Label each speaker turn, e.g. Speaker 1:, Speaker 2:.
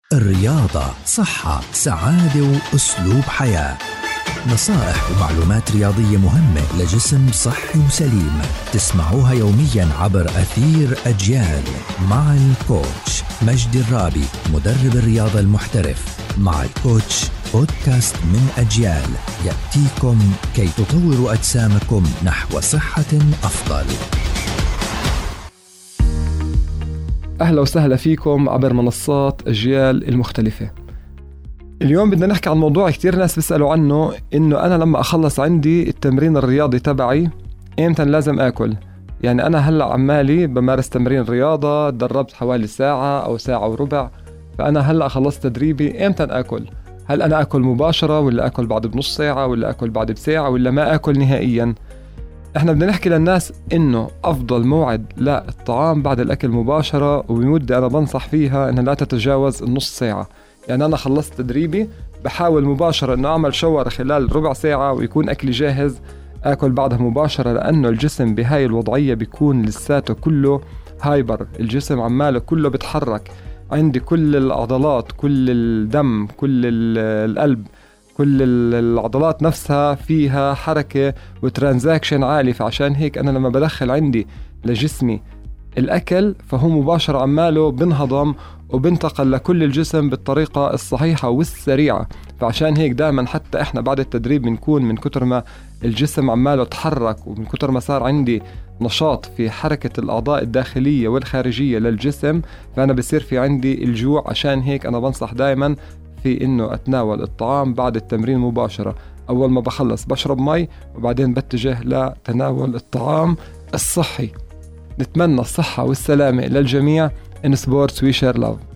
Speaker 1: الرياضة، صحة، سعادة وأسلوب حياة. نصائح ومعلومات رياضية مهمة لجسم صحي وسليم، تسمعوها يوميا عبر أثير أجيال مع الكوتش مجدي الرابي، مدرب الرياضة المحترف. مع الكوتش بودكاست من أجيال يأتيكم كي تطوروا أجسامكم نحو صحة أفضل.
Speaker 2: أهلا وسهلا فيكم عبر منصات أجيال المختلفة. اليوم بدنا نحكي عن موضوع كتير ناس بيسألوا عنه، إنه أنا لما أخلص عندي التمرين الرياضي تبعي إمتى لازم أكل؟ يعني أنا هلأ عمالي بمارس تمرين رياضة، دربت حوالي ساعة أو ساعة وربع، فأنا هلأ خلصت تدريبي، إمتى أكل؟ هل أنا أكل مباشرة ولا أكل بعد بنص ساعة ولا أكل بعد بساعة ولا ما أكل نهائياً؟ احنا بدنا نحكي للناس انه افضل موعد للطعام بعد الاكل مباشرة، وبمدة انا بنصح فيها انها لا تتجاوز النص ساعة. يعني انا خلصت تدريبي بحاول مباشرة انه اعمل شاور خلال ربع ساعة ويكون اكلي جاهز، اكل بعدها مباشرة، لانه الجسم بهاي الوضعية بيكون لساته كله هايبر، الجسم عماله كله بتحرك، عندي كل العضلات، كل الدم، كل القلب، كل العضلات نفسها فيها حركة وترانزاكشن عالي. فعشان هيك أنا لما بدخل عندي لجسمي الأكل فهو مباشرة عماله بنهضم وبنتقل لكل الجسم بالطريقة الصحيحة والسريعة. فعشان هيك دائما حتى إحنا بعد التدريب بنكون من كتر ما الجسم عماله تحرك ومن كتر ما صار عندي نشاط في حركة الأعضاء الداخلية والخارجية للجسم، فأنا بصير في عندي الجوع. عشان هيك أنا بنصح دائما في إنه أتناول الطعام بعد التمرين مباشرة. أول ما بخلص بشرب مي وبعدين بتجه لتناول الطعام الصحي. نتمنى الصحة والسلامة للجميع. In sports we share love.